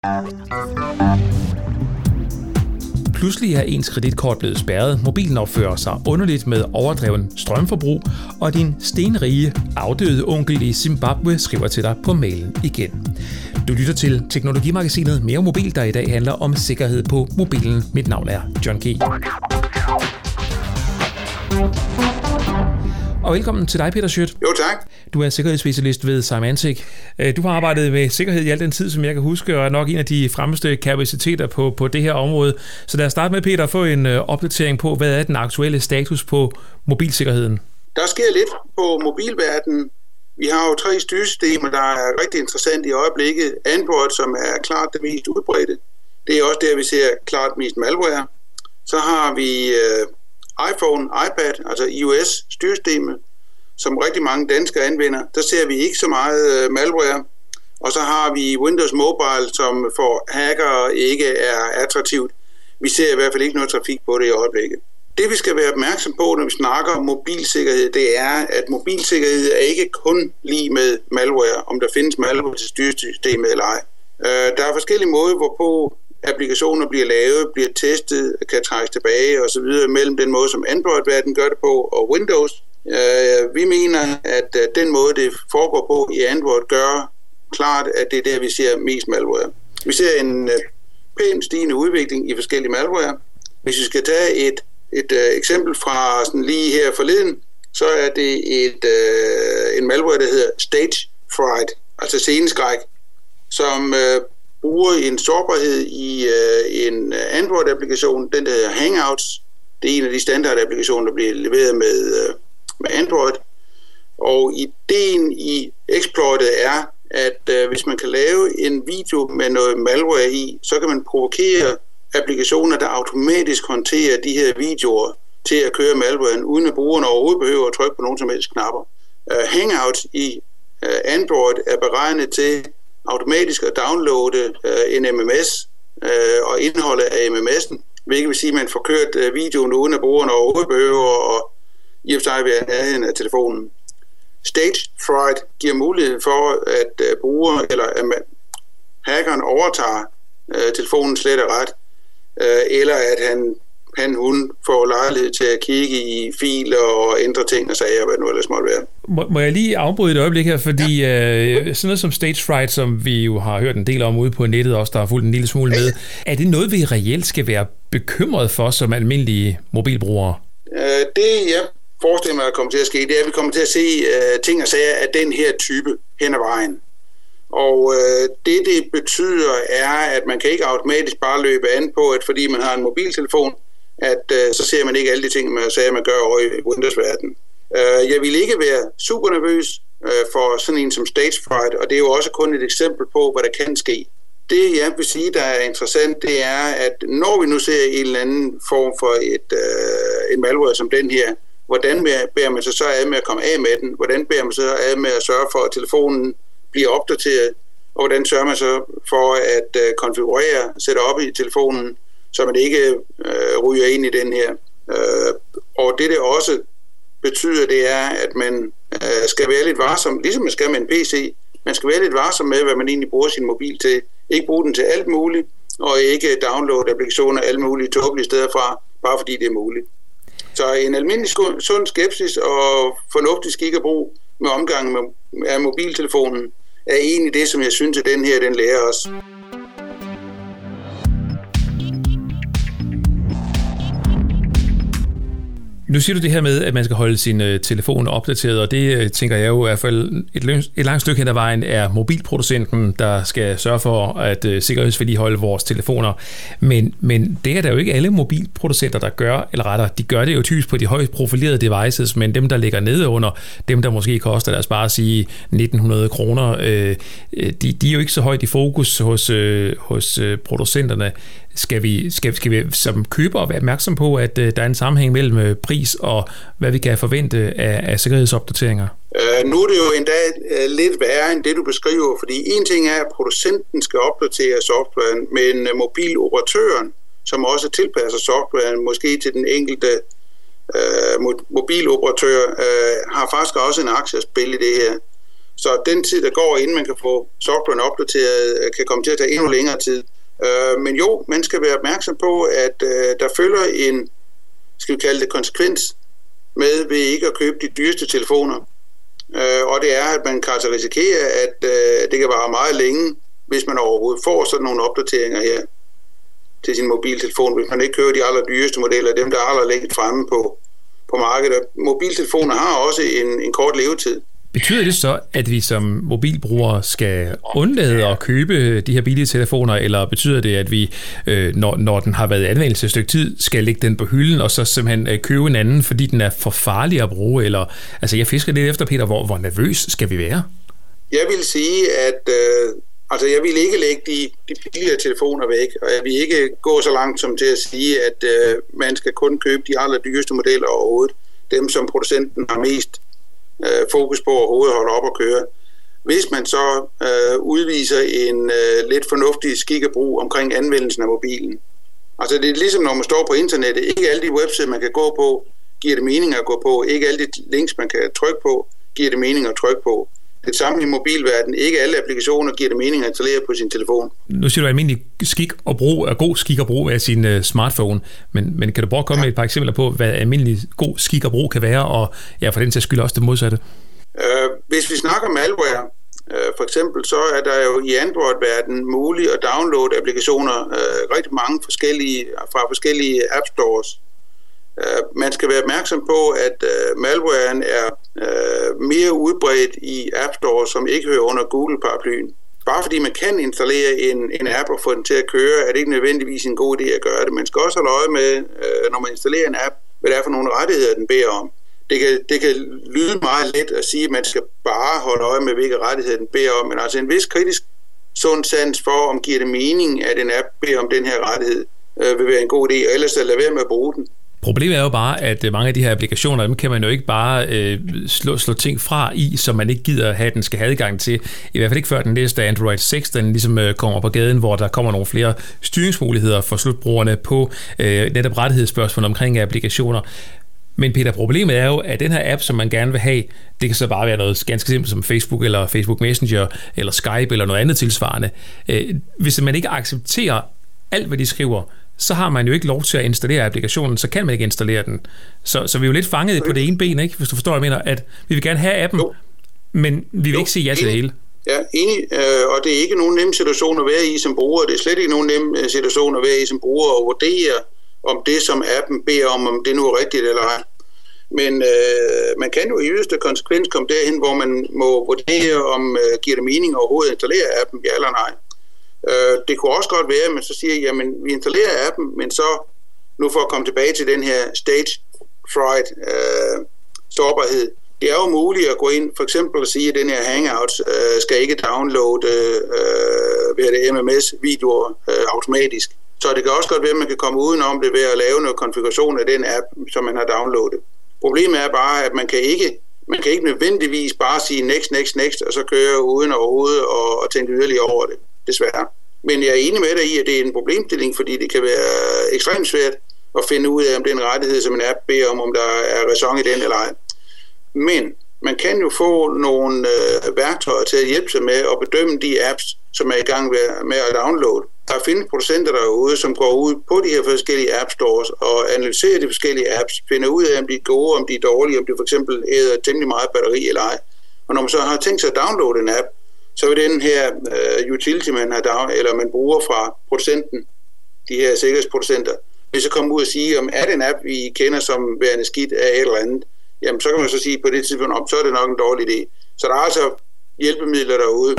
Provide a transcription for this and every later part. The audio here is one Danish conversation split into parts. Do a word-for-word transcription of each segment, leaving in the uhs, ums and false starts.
Pludselig er ens kreditkort blevet spærret, mobilen opfører sig underligt med overdreven strømforbrug, og din stenrige, afdøde onkel i Zimbabwe skriver til dig på mailen igen. Du lytter til Teknologimagasinet Mere Mobil, der i dag handler om sikkerhed på mobilen. Mit navn er John G. Og velkommen til dig, Peter Schødt. Jo, tak. Du er sikkerhedsspecialist ved Symantec. Du har arbejdet med sikkerhed i al den tid, som jeg kan huske, og er nok en af de fremmeste kapaciteter på, på det her område. Så lad os starte med, Peter, at få en opdatering på, hvad er den aktuelle status på mobilsikkerheden? Der sker lidt på mobilverdenen. Vi har jo tre styresystemer, der er rigtig interessante i øjeblikket. Android, som er klart det mest udbredte. Det er også der, vi ser klart mest malware. Så har vi øh, iPhone, iPad, altså iOS-styresystemet, som rigtig mange danskere anvender. Der ser vi ikke så meget øh, malware. Og så har vi Windows Mobile, som for hackere ikke er attraktivt. Vi ser i hvert fald ikke noget trafik på det i øjeblikket. Det vi skal være opmærksom på, når vi snakker om mobilsikkerhed, det er, at mobilsikkerhed er ikke kun lige med malware, om der findes malware til styresystemet eller ej. Der er forskellige måder, hvorpå applikationer bliver lavet, bliver testet, kan trækkes tilbage osv. mellem den måde, som Android-verden gør det på, og Windows. Vi mener, at den måde, det foregår på i Android, gør klart, at det er der, vi ser mest malware. Vi ser en pæn stigende udvikling i forskellige malware. Hvis vi skal tage et Et øh, eksempel fra sådan lige her forleden, så er det et, øh, en malware, der hedder Stage Fright, altså sceneskræk, som øh, bruger en sårbarhed i øh, en Android-applikation, den der hedder Hangouts. Det er en af de standard-applikationer, der bliver leveret med, øh, med Android. Og ideen i exploitet er, at øh, hvis man kan lave en video med noget malware i, så kan man provokere applikationer, der automatisk håndterer de her videoer til at køre malwaren, uden at brugerne overhovedet behøver at trykke på nogen som helst knapper. Uh, Hangouts i uh, Android er beregnet til automatisk at downloade uh, en M M S uh, og indholdet af M M S'en, hvilket vil sige, at man får kørt uh, videoen, uden at brugerne overhovedet behøver at i og for sig være nærheden af telefonen. Stage Fright giver mulighed for, at uh, brugere eller uh, hackeren overtager uh, telefonen slet og ret, eller at han, han hun får lejlighed til at kigge i filer og ændre ting og sager, hvad det nu ellers måtte være. Må, må jeg lige afbryde et øjeblik her, fordi ja. øh, sådan noget som Stage Fright, som vi jo har hørt en del om ude på nettet også, der har fulgt en lille smule med, er det noget, vi reelt skal være bekymret for som almindelige mobilbrugere? Øh, det jeg forestiller mig, at kommer til at ske, det er, at vi kommer til at se øh, ting og sager af den her type hen ad vejen. Og øh, det, det betyder, er, at man kan ikke automatisk bare løbe an på, at fordi man har en mobiltelefon, at øh, så ser man ikke alle de ting, man sagde, man gør over i Windows-verdenen. Øh, jeg vil ikke være super nervøs øh, for sådan en som Stage Fright, og det er jo også kun et eksempel på, hvad der kan ske. Det, jeg vil sige, der er interessant, det er, at når vi nu ser en eller anden form for et, øh, en malware som den her, hvordan bærer man sig så ad med at komme af med den? Hvordan bærer man sig så ad med at sørge for, at telefonen bliver opdateret, og hvordan sørger man så for at uh, konfigurere, sætte op i telefonen, så man ikke uh, ryger ind i den her. Uh, og det, det også betyder, det er, at man uh, skal være lidt varsom, ligesom man skal med en P C, man skal være lidt varsom med, hvad man egentlig bruger sin mobil til. Ikke bruge den til alt muligt, og ikke downloade applikationer alle mulige tåbelige steder fra, bare fordi det er muligt. Så en almindelig sund skepsis og fornuftig skik at bruge med omgangen med, med mobiltelefonen, er egentlig det, som jeg synes, at den her, den lærer os. Nu siger du det her med, at man skal holde sin uh, telefon opdateret, og det uh, tænker jeg jo i hvert fald et, et langt stykke hen ad vejen er mobilproducenten, der skal sørge for at uh, sikkerhedsvedligeholde vores telefoner. Men, men det er der jo ikke alle mobilproducenter, der gør, eller rettere, de gør det jo typisk på de højt profilerede devices, men dem, der ligger nede under, dem, der måske koster, lad os bare sige nitten hundrede kroner, øh, de, de er jo ikke så højt i fokus hos, øh, hos øh, producenterne. Skal vi, skal, skal vi som købere være opmærksom på, at uh, der er en sammenhæng mellem uh, pris og hvad vi kan forvente af, af sikkerhedsopdateringer? Uh, nu er det jo endda uh, lidt værre end det, du beskriver, fordi en ting er, at producenten skal opdatere softwaren, men uh, mobiloperatøren, som også tilpasser softwaren, måske til den enkelte uh, mobiloperatør, uh, har faktisk også en aktie at spille i det her. Så den tid, der går, inden man kan få softwaren opdateret, kan komme til at tage endnu længere tid. Men jo, man skal være opmærksom på, at der følger en, skal vi kalde det, konsekvens med ved ikke at købe de dyreste telefoner. Og det er, at man kan altså risikere, at det kan vare meget længe, hvis man overhovedet får sådan nogle opdateringer her til sin mobiltelefon, hvis man ikke køber de allerdyreste modeller, dem der er allerlængst fremme på, på markedet. Mobiltelefoner har også en, en kort levetid. Betyder det så, at vi som mobilbrugere skal undlade at købe de her billige telefoner, eller betyder det, at vi, når, når den har været i anvendelse et stykke tid, skal lægge den på hylden, og så simpelthen købe en anden, fordi den er for farlig at bruge? Eller, altså jeg fisker lidt efter, Peter, hvor, hvor nervøs skal vi være? Jeg vil sige, at øh, altså jeg vil ikke lægge de, de billigere telefoner væk, og jeg vil ikke gå så langt som til at sige, at øh, man skal kun købe de allerdyreste modeller overhovedet, dem som producenten har mest fokus på overhovedet at holde op og køre. Hvis man så øh, udviser en øh, lidt fornuftig skik og brug omkring anvendelsen af mobilen. Altså det er ligesom når man står på internettet. Ikke alle de websider man kan gå på, giver det mening at gå på. Ikke alle de links man kan trykke på, giver det mening at trykke på. Det samme i mobilverdenen. Ikke alle applikationer giver det mening at installere på sin telefon. Nu siger du almindelig skik og brug, er god skik og brug af sin uh, smartphone, men, men kan du bare komme ja. med et par eksempler på, hvad almindelig god skik og brug kan være, og ja, for den til skyld også det modsatte? Uh, hvis vi snakker malware, uh, for eksempel, så er der jo i Android-verdenen muligt at downloade applikationer, uh, rigtig mange forskellige, fra forskellige app stores. Uh, man skal være opmærksom på, at uh, malwaren er uh, mere udbredt i App Store, som ikke hører under Google-paraplyen. Bare fordi man kan installere en, en app og få den til at køre, er det ikke nødvendigvis en god idé at gøre det. Man skal også holde øje med, uh, når man installerer en app, hvad det er for nogle rettigheder, den beder om. Det kan, det kan lyde meget let at sige, at man skal bare holde øje med, hvilke rettigheder den beder om, men altså en vis kritisk sund sans for, om giver det mening, at en app beder om den her rettighed, uh, vil være en god idé, og ellers lade være med at bruge den. Problemet er jo bare, at mange af de her applikationer, dem kan man jo ikke bare øh, slå, slå ting fra i, som man ikke gider have, den skal have adgang til. I hvert fald ikke før den næste Android seks, den ligesom øh, kommer på gaden, hvor der kommer nogle flere styringsmuligheder for slutbrugerne på øh, netop rettighedsspørgsmål omkring applikationer. Men Peter, problemet er jo, at den her app, som man gerne vil have, det kan så bare være noget ganske simpelt som Facebook eller Facebook Messenger eller Skype eller noget andet tilsvarende. Øh, hvis man ikke accepterer alt, hvad de skriver, så har man jo ikke lov til at installere applikationen, så kan man ikke installere den. Så, så vi er jo lidt fanget på det ene ben, ikke? Hvis du forstår, hvad jeg mener, at vi vil gerne have appen, jo. men vi vil jo. ikke sige ja til det hele. Ja, enig, og det er ikke nogen nem situation at være i som bruger. Det er slet ikke nogen nem situation at være i som bruger og vurdere, om det, som appen beder om, om det nu er rigtigt eller ej. Men øh, man kan jo i yderste konsekvens komme derhen, hvor man må vurdere, om øh, giver det mening overhovedet at installere appen, ja eller nej. Uh, det kunne også godt være, at man så siger, jamen vi installerer appen, men så, nu for at komme tilbage til den her stage fright uh, sårbarhed, det er jo muligt at gå ind, for eksempel at sige, at den her Hangouts uh, skal ikke downloade uh, hvad det, M M S-videoer uh, automatisk. Så det kan også godt være, at man kan komme udenom det ved at lave noget konfiguration af den app, som man har downloadet. Problemet er bare, at man kan ikke man kan ikke nødvendigvis bare sige next, next, next, og så køre uden overhovedet og, og tænke yderligere over det. Desværre. Men jeg er enig med dig i, at det er en problemstilling, fordi det kan være ekstremt svært at finde ud af, om det er en rettighed, som en app beder om, om der er ræson i den eller ej. Men man kan jo få nogle øh, værktøjer til at hjælpe sig med at bedømme de apps, som er i gang med at downloade. Der findes producenter derude, som går ud på de her forskellige app stores og analyserer de forskellige apps, finder ud af, om de er gode, om de er dårlige, om de for eksempel æder temmelig meget batteri eller ej. Og når man så har tænkt sig at downloade en app, så vil den her uh, utility, man har down, eller man bruger fra producenten, de her sikkerhedsproducenter, vil så komme ud og sige, om er det en app, vi kender som værende skidt af et eller andet, jamen så kan man så sige på det tidspunkt, om så er det nok en dårlig idé. Så der er altså hjælpemidler derude.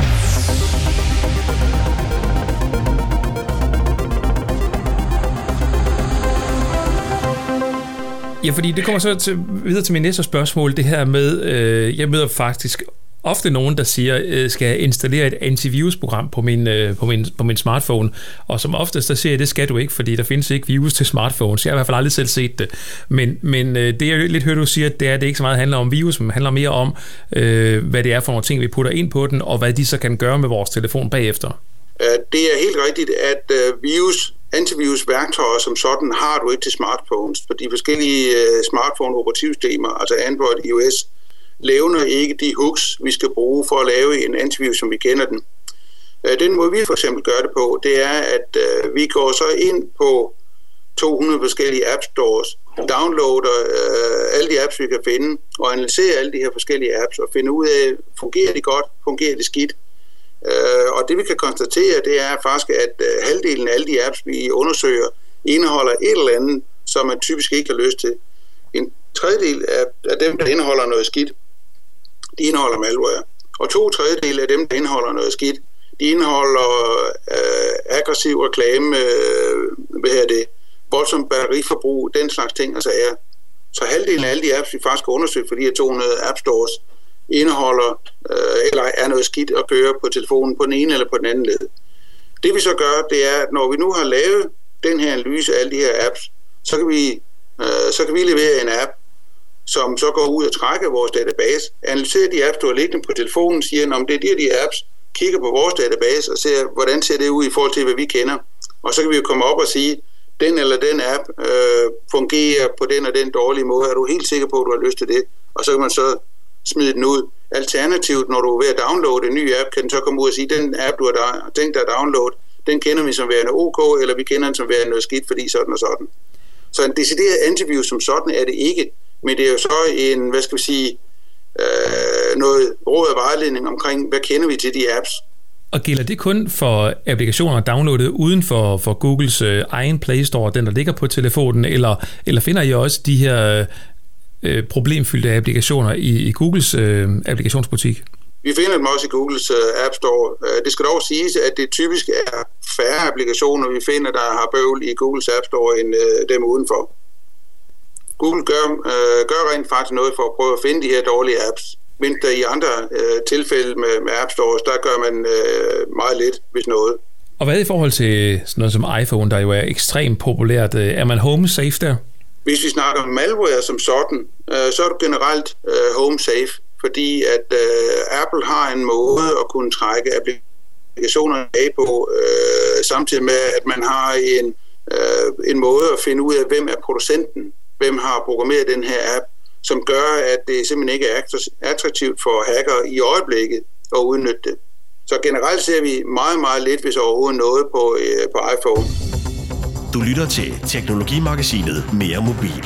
Ja, fordi det kommer så til, videre til min næste spørgsmål, det her med, øh, jeg møder faktisk ofte nogen, der siger, øh, skal jeg installere et antivirusprogram på min, øh, på, min, på min smartphone, og som oftest der siger jeg, det skal du ikke, fordi der findes ikke virus til smartphones. Jeg har i hvert fald aldrig selv set det. Men, men øh, det jeg lidt hører, du siger, det er, at det ikke så meget handler om virus, men handler mere om, øh, hvad det er for nogle ting, vi putter ind på den, og hvad de så kan gøre med vores telefon bagefter. Det er helt rigtigt, at øh, virus antivirusværktøjer som sådan har du ikke til smartphones, for de forskellige uh, smartphone-operativsystemer, altså Android, iOS, levner ikke de hooks, vi skal bruge for at lave en antivirus, som vi kender den. Den måde, vi for eksempel gør det på, det er, at vi går så ind på to hundrede forskellige app stores, downloader øh, alle de apps, vi kan finde, og analyserer alle de her forskellige apps, og finder ud af, fungerer de godt, fungerer de skidt. Øh, og det vi kan konstatere, det er faktisk, at øh, halvdelen af alle de apps, vi undersøger, indeholder et eller andet, som man typisk ikke har lyst til. En tredjedel af, af dem, der indeholder noget skidt, de indeholder malware. Og to tredjedel af dem, der indeholder noget skidt, de indeholder øh, aggressiv reklame, øh, hvad her det, voldsomt batteriforbrug, den slags ting og sager. Så halvdelen af alle de apps, vi faktisk har undersøgt for de her to hundrede app stores, indeholder øh, eller er noget skidt at køre på telefonen på den ene eller på den anden led. Det vi så gør, det er, at når vi nu har lavet den her analyse af alle de her apps, så kan vi, øh, så kan vi levere en app, som så går ud og trækker vores database, analyserer de apps, du har liggende på telefonen, siger, om det er de her de apps, kigger på vores database og ser, hvordan ser det ud i forhold til, hvad vi kender. Og så kan vi jo komme op og sige, den eller den app øh, fungerer på den og den dårlige måde. Er du helt sikker på, at du har lyst til det? Og så kan man så smide den ud. Alternativt, når du er ved at downloade en ny app, kan den så komme ud og sige, den app, du har tænkt dig at downloade, den kender vi som værende OK, eller vi kender den som værende noget skidt, fordi sådan og sådan. Så en decideret antivirus som sådan er det ikke, men det er jo så en, hvad skal vi sige, øh, noget råd og vejledning omkring, hvad kender vi til de apps. Og gælder det kun for applikationer downloadet uden for, for Googles øh, egen Play Store, den der ligger på telefonen, eller, eller finder I også de her øh, problemfyldte applikationer i, i Googles øh, applikationsbutik? Vi finder dem også i Googles uh, App Store. Uh, det skal dog siges, at det typisk er færre applikationer, vi finder, der har bøvl i Googles App Store, end uh, dem udenfor. Google gør, uh, gør rent faktisk noget for at prøve at finde de her dårlige apps. Men der i andre uh, tilfælde med, med App Stores, der gør man uh, meget lidt, hvis noget. Og hvad i forhold til sådan noget som iPhone, der jo er ekstremt populært? Er man home safe der? Hvis vi snakker om malware som sådan, uh, så er det generelt uh, home safe. Fordi at øh, Apple har en måde at kunne trække applikationer af på, øh, samtidig med, at man har en, øh, en måde at finde ud af, hvem er producenten, hvem har programmeret den her app, som gør, at det simpelthen ikke er attraktivt for hacker i øjeblikket at udnytte det. Så generelt ser vi meget, meget lidt, hvis overhovedet noget på, øh, på iPhone. Du lytter til Teknologimagasinet Mere Mobil.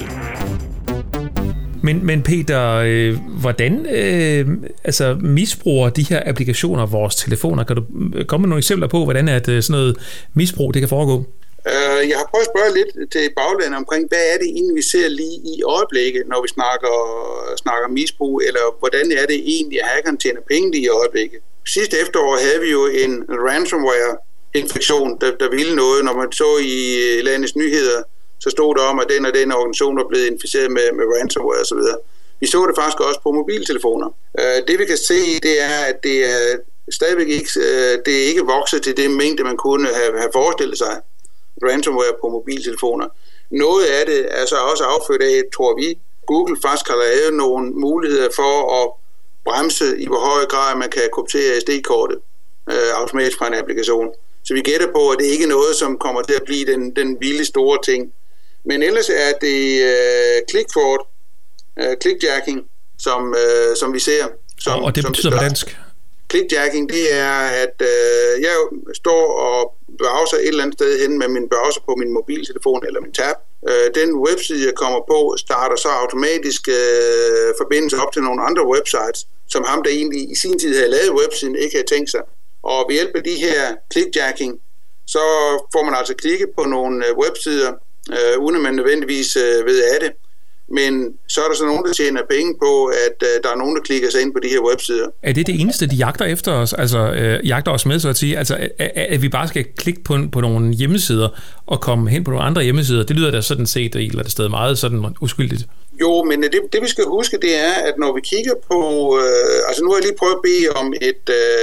Men, men Peter, øh, hvordan øh, altså misbruger de her applikationer vores telefoner? Kan du komme med nogle eksempler på, hvordan at, sådan noget misbrug det kan foregå? Uh, jeg har prøvet at spørge lidt til baglandet omkring, hvad er det egentlig, vi ser lige i øjeblikket, når vi snakker, snakker misbrug, eller hvordan er det egentlig, at hackerne tjener penge lige i øjeblikket? Sidste efterår havde vi jo en ransomware-infektion, der, der ville noget, når man så i landets nyheder, så stod der om, at den og den organisation var blevet inficeret med, med ransomware osv. Vi så det faktisk også på mobiltelefoner. Uh, det vi kan se, det er, at det er stadigvæk ikke, uh, det er ikke vokset til det mængde, man kunne have, have forestillet sig. Ransomware på mobiltelefoner. Noget af det er så også affødt af, tror vi, Google faktisk har lavet nogle muligheder for at bremse i hvor høj grad man kan kryptere S D-kortet uh, automatisk fra en applikation. Så vi gætter på, at det ikke er noget, som kommer til at blive den, den vilde store ting. Men ellers er det uh, click-fraud, uh, clickjacking, som, uh, som vi ser. Som, og det som betyder på dansk? Clickjacking, det er, at uh, jeg står og browser et eller andet sted hen med min browser på min mobiltelefon eller min tab. Uh, den webside, jeg kommer på, starter så automatisk uh, forbindelse op til nogle andre websites, som ham, der egentlig i sin tid havde lavet websiden, ikke havde tænkt sig. Og ved hjælp af de her clickjacking, så får man altså klikket på nogle websider, øh, uden at man nødvendigvis øh, ved af det. Men så er der så nogen, der tjener penge på, at øh, der er nogen, der klikker sig ind på de her websider. Er det det eneste, de jagter efter os? Altså øh, jagter os med, så at sige? Altså at, at vi bare skal klikke på, på nogle hjemmesider og komme hen på nogle andre hjemmesider? Det lyder da sådan set et eller andet sted meget sådan uskyldigt. Jo, men det, det vi skal huske, det er, at når vi kigger på... Øh, altså nu har jeg lige prøvet at bede om et,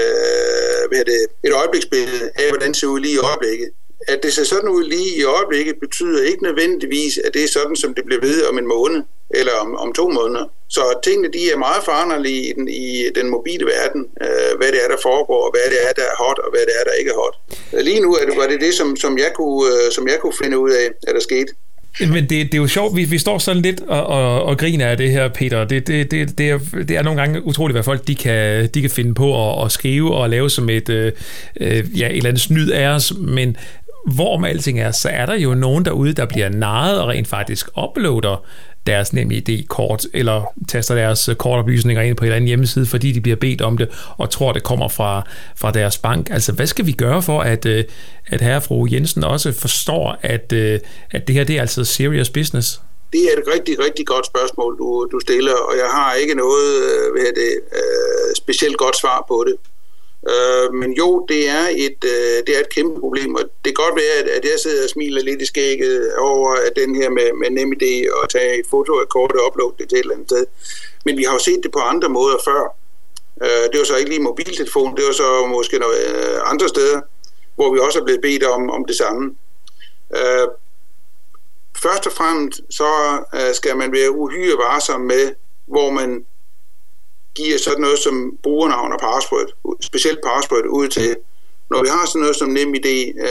øh, hvad er det, et øjebliksbillede af, hvordan det ser ud lige i øjeblikket. At det ser sådan ud lige i øjeblikket, betyder ikke nødvendigvis, at det er sådan, som det bliver ved om en måned, eller om, om to måneder. Så tingene, de er meget foranderlige i den, i den mobile verden, øh, hvad det er, der foregår, og hvad det er, der er hot, og hvad det er, der ikke er hot. Lige nu er det, var det det, som, som, jeg kunne, øh, som jeg kunne finde ud af, at der skete. Men det, det er jo sjovt, vi, vi står sådan lidt og, og, og griner af det her, Peter. Det, det, det, det, er, det er nogle gange utroligt, hvad folk de kan, de kan finde på at, at skrive og lave som et, øh, ja, et eller andet snyd af os, men hvorom alting er, så er der jo nogen derude, der bliver narret og rent faktisk uploader deres NemID-kort, eller taster deres kortoplysninger ind på en eller anden hjemmeside, fordi de bliver bedt om det, og tror, det kommer fra, fra deres bank. Altså, hvad skal vi gøre for, at, at herre og fru Jensen også forstår, at, at det her, det er altså serious business? Det er et rigtig, rigtig godt spørgsmål, du, du stiller, og jeg har ikke noget hvad det, uh, specielt godt svar på det. Uh, men jo, det er, et, uh, det er et kæmpe problem, og det kan godt være, at, at jeg sidder og smiler lidt i skægget over at den her med, med NemID og tage et foto af kortet og uploade det til et eller andet sted. Men vi har jo set det på andre måder før. Uh, det var så ikke lige mobiltelefon, det var så måske noget, uh, andre steder, hvor vi også er blevet bedt om, om det samme. Uh, først og fremmest så uh, skal man være uhyre varsom med, hvor man giver sådan noget som brugernavn og password, specielt password ud til. Når vi har sådan noget som NemID,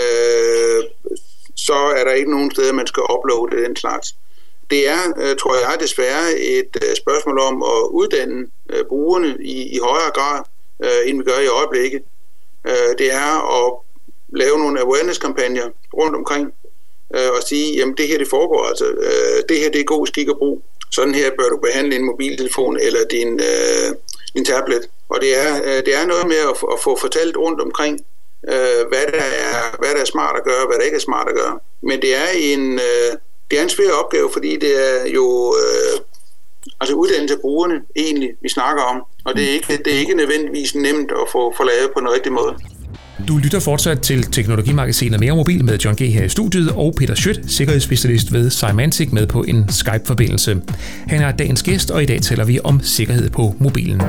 øh, så er der ikke nogen steder, man skal uploade den slags. Det er, øh, tror jeg, desværre et øh, spørgsmål om at uddanne øh, brugerne i, i højere grad, øh, end vi gør i øjeblikket. Øh, det er at lave nogle awareness-kampagner rundt omkring øh, og sige, jamen det her det foregår, altså øh, det her det er god skik og brug. Sådan her bør du behandle en mobiltelefon eller din, øh, din tablet. Og det er, øh, det er noget med at, at få fortalt rundt omkring, øh, hvad, der er, hvad der er smart at gøre, hvad der ikke er smart at gøre. Men det er en, øh, det er en svær opgave, fordi det er jo øh, altså uddannelse af brugerne egentlig, vi snakker om. Og det er ikke, det er ikke nødvendigvis nemt at få, få lavet på en rigtig måde. Du lytter fortsat til Teknologimagasinet Mere Mobil med John G. her i studiet, og Peter Schødt, sikkerhedsspecialist ved Symantec, med på en Skype-forbindelse. Han er dagens gæst, og i dag taler vi om sikkerhed på mobilen.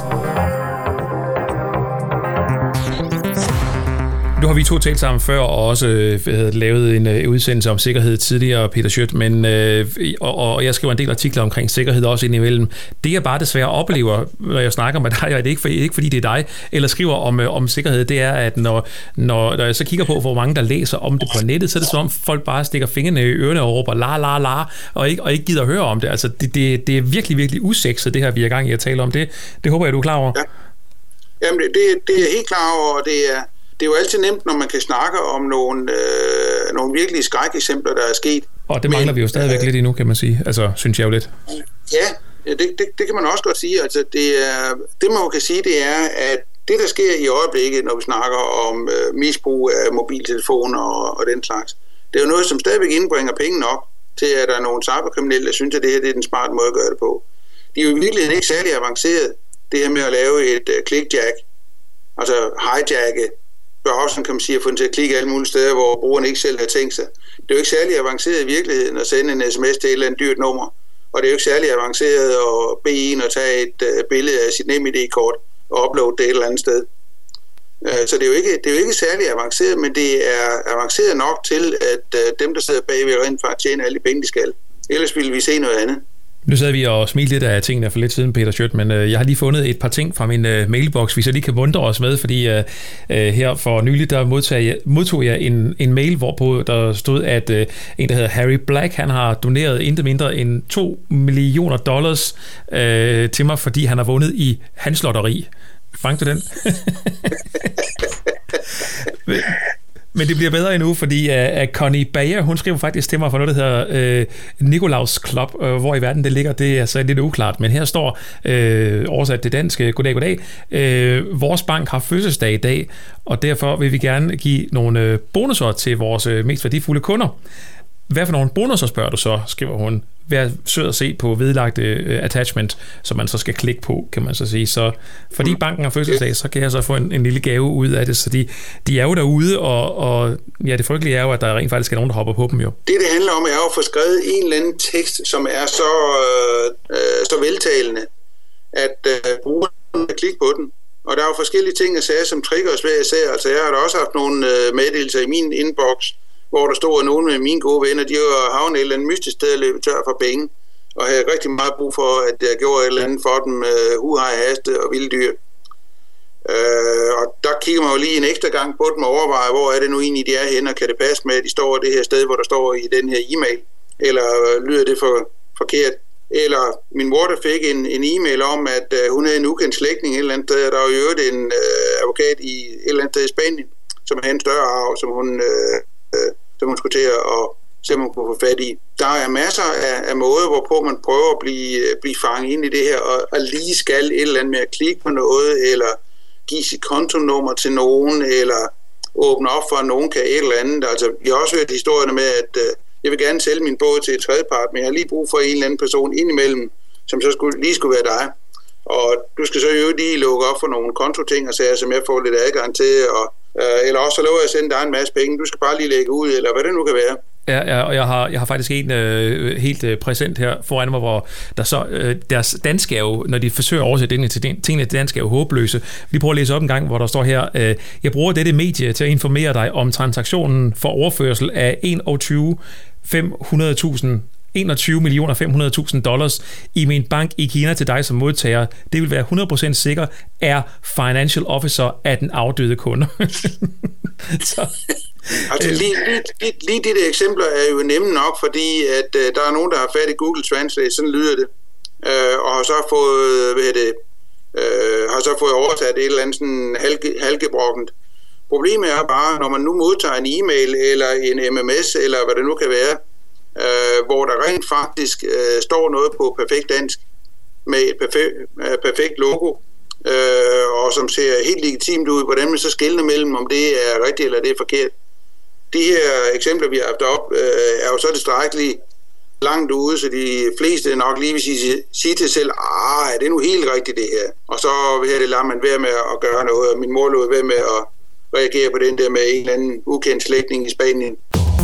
Nu har vi to talt sammen før, og også øh, lavet en øh, udsendelse om sikkerhed tidligere, Peter Schødt, men, øh, og, og jeg skriver en del artikler omkring sikkerhed også indimellem. Det jeg bare desværre oplever, når jeg snakker med dig, og det er ikke, for, ikke fordi det er dig, eller skriver om, øh, om sikkerhed, det er, at når, når, når jeg så kigger på, hvor mange der læser om det på nettet, så er det som om folk bare stikker fingrene i ørerne og råber la la la, og ikke, og ikke gider at høre om det. Altså, det, det, det er virkelig, virkelig usekset, det her, vi er i gang i at tale om. Det, det håber jeg, du er klar over. Ja. Jamen, det, det, det er helt klar over, og det er Det er jo altid nemt, når man kan snakke om nogle, øh, nogle virkelige skrækeksempler, der er sket. Og det mangler Men, vi jo stadigvæk øh, lidt endnu, kan man sige. Altså, synes jeg jo lidt. Ja, det, det, det kan man også godt sige. Altså, det, er, det man jo kan sige, det er, at det, der sker i øjeblikket, når vi snakker om øh, misbrug af mobiltelefoner og, og den slags, det er jo noget, som stadigvæk indbringer penge nok til, at der er nogle cyberkriminelle, der synes, at det her det er den smarte måde at gøre det på. De er jo i virkeligheden ikke særlig avanceret, det her med at lave et uh, clickjack, altså hijacke browseren, kan man sige, at få den til at klikke alle mulige steder, hvor brugeren ikke selv har tænkt sig. Det er jo ikke særlig avanceret i virkeligheden at sende en sms til et eller andet dyrt nummer, og det er jo ikke særlig avanceret at bede en at tage et uh, billede af sit NemID-kort og uploade det et eller andet sted. Uh, så det er, jo ikke, det er jo ikke særlig avanceret, men det er avanceret nok til, at uh, dem, der sidder bagved, rent faktisk tjener alle de penge, de skal. Ellers ville vi se noget andet. Nu sad vi og smilte lidt af tingene for lidt siden, Peter Schødt, men øh, jeg har lige fundet et par ting fra min øh, mailbox, hvis jeg lige kan muntre os med, fordi øh, her for nylig, der modtog jeg, modtog jeg en, en mail, hvorpå der stod, at øh, en, der hedder Harry Black, han har doneret intet mindre end to millioner dollars øh, til mig, fordi han har vundet i hans lotteri. Fangte du den? Men det bliver bedre endnu, fordi uh, Connie Bayer, hun skriver faktisk til mig for noget, der hedder uh, Nikolaus Club, uh, hvor i verden det ligger, det er så lidt uklart, men her står uh, oversat til dansk, goddag, goddag, uh, vores bank har fødselsdag i dag, og derfor vil vi gerne give nogle uh, bonusser til vores uh, mest værdifulde kunder. Hvad for nogle bonusser, spørger du så, skriver hun. Vær sød at se på vedlagte uh, attachment, som man så skal klikke på, kan man så sige. Så fordi banken har fødselsdag, så kan jeg så få en, en lille gave ud af det. Så de, de er jo derude, og, og ja, det frygtelige er jo, at der rent faktisk er nogen, der hopper på dem jo. Det, det handler om, er jo at få skrevet en eller anden tekst, som er så, øh, så veltalende, at øh, brugeren kan klikke på den. Og der er jo forskellige ting at sige, som trigger os hver især. Altså, jeg har da også haft nogle øh, meddelelser i min inbox, hvor der stod, at nogle af mine gode venner, de var havnet et eller andet mystisk sted og løbet tør for penge, og havde rigtig meget brug for, at jeg gjorde et eller andet for dem, uh, huhej, haste og vilde dyr. Uh, og der kigger man jo lige en ekstra gang på dem og overvejer, hvor er det nu egentlig, de er henne, og kan det passe med, at de står det her sted, hvor der står i den her e-mail, eller lyder det for forkert? Eller min mor, der fik en, en e-mail om, at uh, hun havde en ukendt slægtning et eller andet sted, og der var jo en uh, advokat i et eller andet sted i Spanien, som havde en større arv, som hun, uh, uh, som hun skulle til at se, om hun kunne få fat i. Der er masser af, af måder, hvorpå man prøver at blive, blive fanget ind i det her, og, og lige skal et eller andet med at klikke på noget, eller give sit kontonummer til nogen, eller åbne op for, at nogen kan et eller andet. Altså, vi har også hørt historierne med, at uh, jeg vil gerne sælge min båd til et tredjepart, men jeg har lige brug for en eller anden person indimellem, som så skulle, lige skulle være dig. Og du skal så jo lige lukke op for nogle kontoting og sager, som jeg får lidt adgang til, og, øh, eller også så lover jeg at sende dig en masse penge. Du skal bare lige lægge ud, eller hvad det nu kan være. Ja, ja, og jeg har, jeg har faktisk en øh, helt øh, præsent her foran mig, hvor der så, øh, deres dansk er jo, når de forsøger at oversætte tingene til, tingene til dansk, er jo håbløse. Vi prøver at læse op en gang, hvor der står her, øh, jeg bruger dette medie til at informere dig om transaktionen for overførsel af enogtyve millioner fem hundrede tusind dollars i min bank i Kina til dig som modtager. Det vil være hundrede procent sikker, er financial officer af den afdøde kunde. Så. Altså lige, lige, lige, lige de der eksempler er jo nemme nok, fordi at uh, der er nogen, der har fat i Google Translate, sådan lyder det, uh, og har så fået, hvad det, uh, har så fået oversat et eller andet sådan halge, halgebrokkent. Problemet er bare, når man nu modtager en e-mail eller en M M S, eller hvad det nu kan være, uh, hvor der rent faktisk uh, står noget på perfekt dansk, med et perfekt, uh, perfekt logo, uh, og som ser helt legitimt ud, hvordan man så skiller mellem, om det er rigtigt eller det er forkert. De her eksempler, vi har haft op, øh, er jo så tilstrækkeligt langt ude, så de fleste nok lige vil sige, sige til sig selv, ah, er det nu helt rigtigt det her? Og så her det lader man være med at gøre noget, og min mor lod være med at reagere på den der med en eller anden ukendt slægtning i Spanien.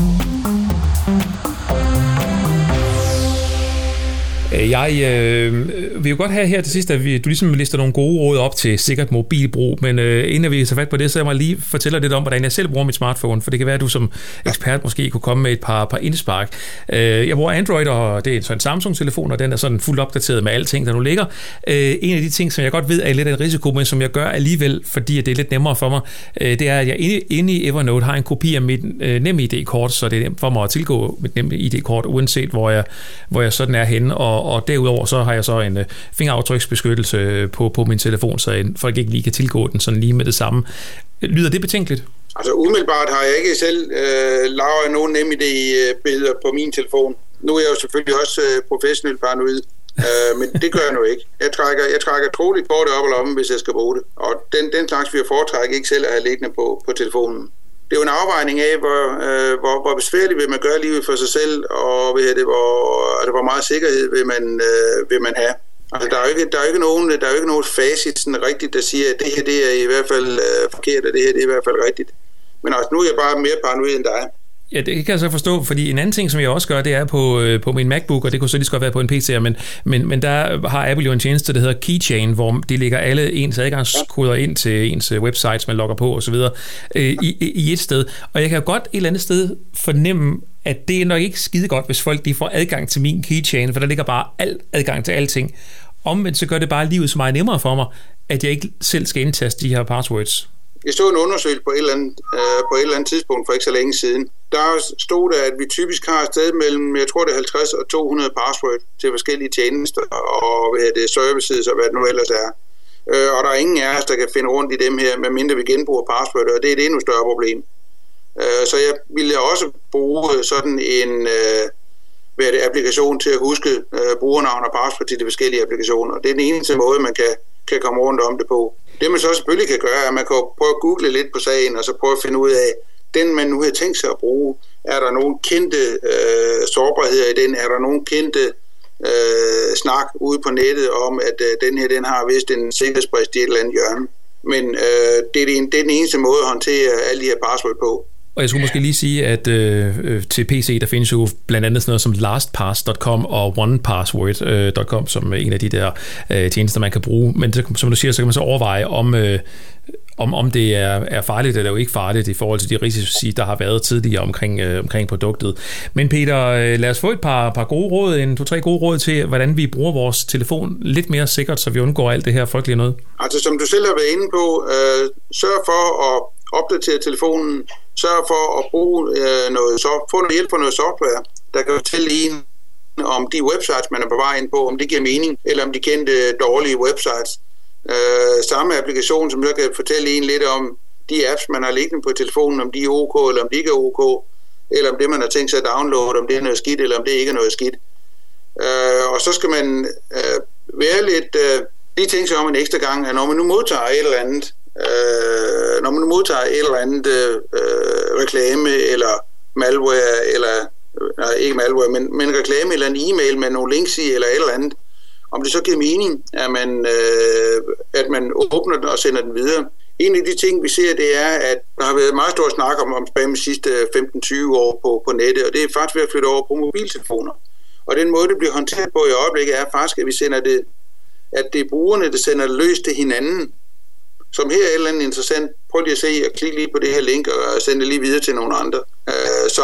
Jeg øh, vil jo godt have her til sidst, at vi, du ligesom lister nogle gode råd op til sikkert mobilbrug, men øh, inden vi tager fat på det, så jeg må lige fortælle lidt om, hvordan jeg selv bruger mit smartphone, for det kan være, at du som ekspert måske kunne komme med et par, par indspark. Øh, jeg bruger Android, og det er sådan en Samsung-telefon, og den er sådan fuldt opdateret med alting, der nu ligger. Øh, en af de ting, som jeg godt ved er lidt af en risiko, men som jeg gør alligevel, fordi det er lidt nemmere for mig, øh, det er, at jeg inde, inde i Evernote har en kopi af mit øh, NemID-kort, så det er nemt for mig at tilgå mit NemID-kort, uanset hvor jeg, hvor jeg sådan er henne, og og derudover så har jeg så en fingeraftryksbeskyttelse på, på min telefon, så folk ikke lige kan tilgå den sådan lige med det samme. Lyder det betænkeligt? Altså umiddelbart har jeg ikke selv øh, lavet nogen NemID-billeder på min telefon. Nu er jeg jo selvfølgelig også øh, professionel paranoid, øh, men det gør jeg nu ikke. Jeg trækker, jeg trækker troligt kortet op og lommen, hvis jeg skal bruge det. Og den, den slags vil jeg foretrække ikke selv at have liggende på, på telefonen. Det er jo en afvejning af, hvor, øh, hvor, hvor besværligt vil man gøre livet for sig selv, og ved det, hvor, altså, hvor meget sikkerhed vil man, øh, vil man have. Altså, der er jo ikke, der er jo ikke nogen, der er jo ikke nogen facit sådan rigtigt, der siger, at det her det er i hvert fald øh, forkert, og det her det er i hvert fald rigtigt. Men altså, nu er jeg bare mere paranoid end dig. Ja, det kan jeg så forstå, fordi en anden ting, som jeg også gør, det er på, øh, på min MacBook, og det kunne så lige så godt være på en P C, men, men, men der har Apple jo en tjeneste, der hedder Keychain, hvor de lægger alle ens adgangskoder ind til ens websites, man logger på osv. Øh, i, i et sted. Og jeg kan godt et eller andet sted fornemme, at det er nok ikke skide godt, hvis folk de får adgang til min Keychain, for der ligger bare al adgang til alting. Omvendt så gør det bare livet så meget nemmere for mig, at jeg ikke selv skal indtaste de her passwords. Jeg så en undersøgelse på et, eller andet, øh, på et eller andet tidspunkt for ikke så længe siden. Der stod der, at vi typisk har et sted mellem, jeg tror det er halvtreds og to hundrede password til forskellige tjenester og hvad det, services og hvad det nu ellers er. Øh, og der er ingen af os, der kan finde rundt i dem her, medmindre vi genbruger password, og det er et endnu større problem. Øh, så jeg ville også bruge sådan en øh, hvad det, applikation til at huske øh, brugernavn og password til de forskellige applikationer. Det er den eneste måde, man kan, kan komme rundt om det på. Det man så selvfølgelig kan gøre, er, at man kan prøve at google lidt på sagen, og så prøve at finde ud af, den man nu har tænkt sig at bruge, er der nogle kendte øh, sårbarheder i den, er der nogle kendte øh, snak ude på nettet om, at øh, den her, den har vist en sikkerhedsbrist i et eller andet hjørne. Men øh, det, er den, det er den eneste måde at håndtere alle de her password på. Og jeg skulle måske lige sige, at øh, til P C, der findes jo blandt andet sådan noget som lastpass punktum com og one password punktum com, som er en af de der øh, tjenester, man kan bruge. Men det, som du siger, så kan man så overveje, om, øh, om, om det er, er farligt eller jo ikke farligt i forhold til de risici, der har været tidligere omkring, øh, omkring produktet. Men Peter, øh, lad os få et par, par gode råd, en to-tre gode råd til, hvordan vi bruger vores telefon lidt mere sikkert, så vi undgår alt det her frygtelige noget. Altså, som du selv har været inde på, øh, sørg for at opdatere telefonen. Sørg for at bruge øh, noget, så få noget hjælp fra noget software. der kan fortælle en, om de websites, man er på vej ind på, om det giver mening, eller om de kendte dårlige websites. Øh, samme applikation, som så kan fortælle en lidt om de apps, man har liggende på telefonen, om de er ok, eller om de ikke er ok, eller om det, man har tænkt sig at downloade, om det er noget skidt, eller om det ikke er noget skidt. Øh, og så skal man øh, være lidt, øh, lige tænke sig om en ekstra gang, at når man nu modtager et eller andet, øh, når man nu modtager et eller andet øh, reklame, eller malware, eller nej, ikke malware, men, men reklame, eller en e-mail med nogle links i, eller et eller andet, om det så giver mening, at man, øh, at man åbner den og sender den videre. En af de ting, vi ser, det er, at der har været meget stor snak om, om spam de sidste femten til tyve år på, på nettet, og det er faktisk ved at flytte over på mobiltelefoner. Og den måde, det bliver håndteret på i øjeblikket, er faktisk, at vi sender det, at det er brugerne, der sender det løs til hinanden. Som her er et eller andet interessant. Prøv lige at se og klik lige på det her link og sende det lige videre til nogle andre. Så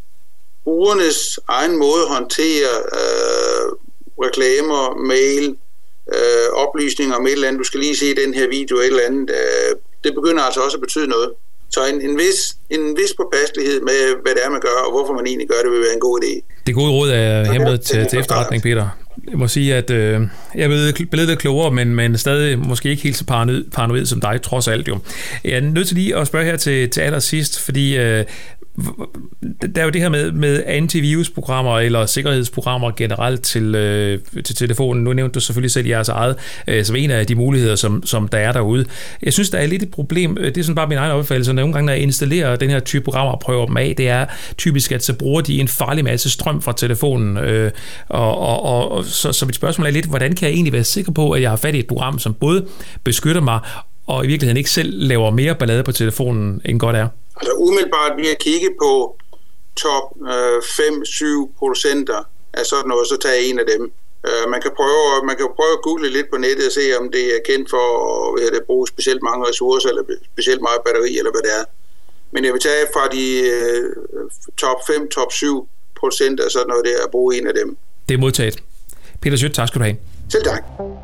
brugernes egen måde at håndtere øh, reklamer, mail, øh, oplysninger om et eller andet, du skal lige se den her video, et eller andet, øh, det begynder altså også at betyde noget. Så en, en, vis, en vis påpasselighed med, hvad det er, man gør, og hvorfor man egentlig gør det, vil være en god idé. Det gode råd er hjemmet til, til efterretning, Peter. Jeg må sige, at øh, jeg er blevet lidt klogere, men, men stadig måske ikke helt så paranoid, paranoid som dig, trods alt jo. Jeg er nødt til lige at spørge her til, til allersidst, fordi øh, der er jo det her med, med antivirusprogrammer eller sikkerhedsprogrammer generelt til, øh, til telefonen. Nu nævnte du selvfølgelig selv jeres eget, øh, som en af de muligheder, som, som der er derude. Jeg synes, der er lidt et problem. Det er sådan bare min egen opfattelse. Nogle gange, når jeg installerer den her type programmer og prøver dem af, det er typisk, at så bruger de en farlig masse strøm fra telefonen. Øh, og, og, og, og så, så mit spørgsmål er lidt, hvordan kan jeg egentlig være sikker på, at jeg har fat i et program, som både beskytter mig, og i virkeligheden ikke selv laver mere ballade på telefonen, end godt er? Altså umiddelbart ved at kigge på top fem til syv producenter af sådan noget, så tager jeg en af dem. Uh, man kan prøve man kan prøve at google lidt på nettet og se, om det er kendt for at det bruge specielt mange ressourcer, eller specielt meget batteri, eller hvad det er. Men jeg vil tage fra de uh, top fem, top syv producenter af sådan noget der, at bruge en af dem. Det er modtaget. Peter Schødt, tak skal du have. Selv tak.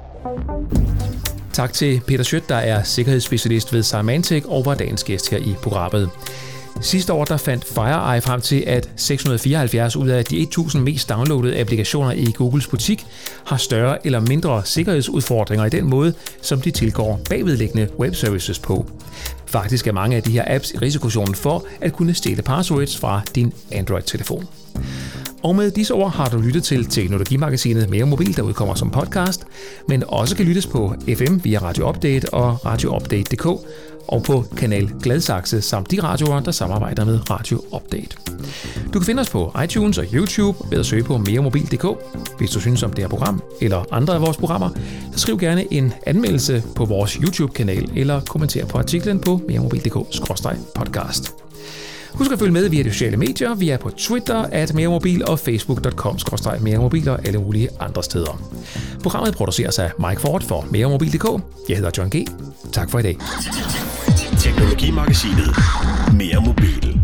Tak til Peter Schødt, der er sikkerhedsspecialist ved Symantec og var dagens gæst her i programmet. Sidste år der fandt FireEye frem til, at seks hundrede fireoghalvfjerds ud af de tusind mest downloadede applikationer i Googles butik har større eller mindre sikkerhedsudfordringer i den måde, som de tilgår bagvedliggende webservices på. Faktisk er mange af de her apps i risikozonen for at kunne stjæle passwords fra din Android-telefon. Og med disse ord har du lyttet til Teknologimagasinet Mere Mobil, der udkommer som podcast, men også kan lyttes på F M via Radio Update og Radio Update punktum d k og på kanal Gladsaxe samt de radioer, der samarbejder med Radio Update. Du kan finde os på iTunes og YouTube ved at søge på mere mobil punktum d k. Hvis du synes om det her program eller andre af vores programmer, så skriv gerne en anmeldelse på vores YouTube-kanal eller kommenter på artiklen på mere mobil punktum d k skråstreg podcast. Husk at følge med via de sociale medier. Vi er på Twitter at meremobil og facebook punktum com skråstreg meremobil og alle mulige andre steder. Programmet produceres af Mike Ford for mere mobil punktum d k. Jeg hedder John G. Tak for i dag. Teknologimagasinet Mere Mobil.